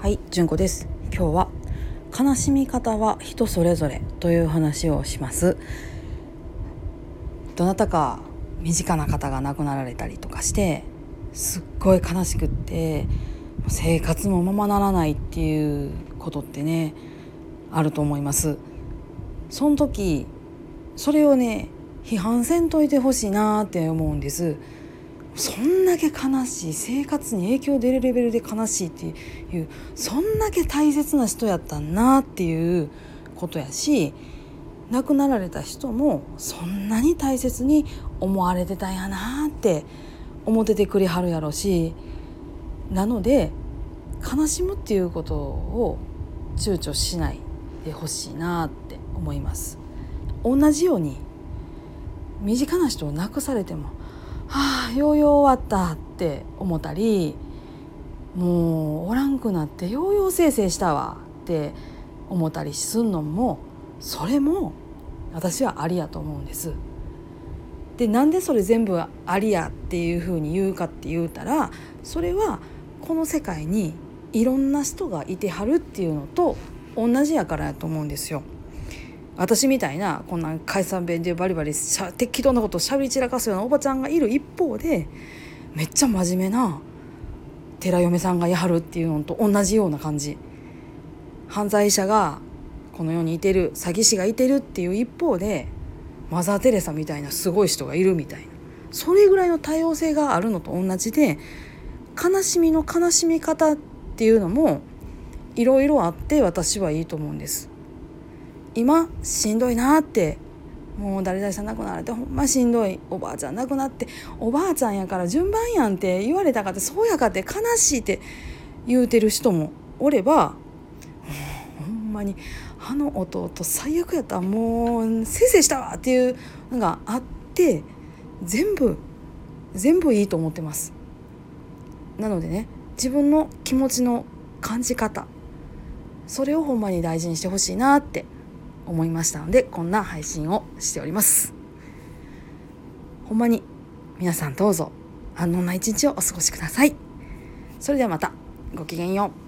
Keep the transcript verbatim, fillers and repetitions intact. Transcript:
はい、純子です。今日は悲しみ方は人それぞれという話をします。どなたか身近な方が亡くなられたりとかしてすっごい悲しくって生活もままならないっていうことってねあると思います。その時それをね批判せんといてほしいなって思うんです。そんだけ悲しい、生活に影響出るレベルで悲しいっていう、そんだけ大切な人やったんなっていうことやし、亡くなられた人もそんなに大切に思われてたんやなって思っててくれはるやろし、なので悲しむっていうことを躊躇しないでほしいなって思います。同じように身近な人を亡くされてもはあ、ようよう終わったって思ったり、もうおらんくなってようようせいせいしたわって思ったりすんのも、それも私はありやと思うんです。で、なんでそれ全部ありやっていうふうに言うかって言うたら、それはこの世界にいろんな人がいてはるっていうのと同じやからやと思うんですよ。私みたいなこんな解散弁でバリバリしゃ適当なことをしゃべり散らかすようなおばちゃんがいる一方で、めっちゃ真面目な寺嫁さんがやはるっていうのと同じような感じ。犯罪者がこの世にいてる、詐欺師がいてるっていう一方でマザー・テレサみたいなすごい人がいるみたいな、それぐらいの多様性があるのと同じで、悲しみの悲しみ方っていうのもいろいろあって私はいいと思うんです。今しんどいなって、もう誰々さん亡くなられてほんましんどい、おばあちゃん亡くなっておばあちゃんやから順番やんって言われたかって、そうやかって悲しいって言うてる人もおれば、ほんまにあの弟最悪やった、もうせいせいしたわっていうのがあって、全部全部いいと思ってます。なのでね、自分の気持ちの感じ方、それをほんまに大事にしてほしいなって思いましたので、こんな配信をしております。ほんまに皆さんどうぞ安穏な一日をお過ごしください。それではまた、ごきげんよう。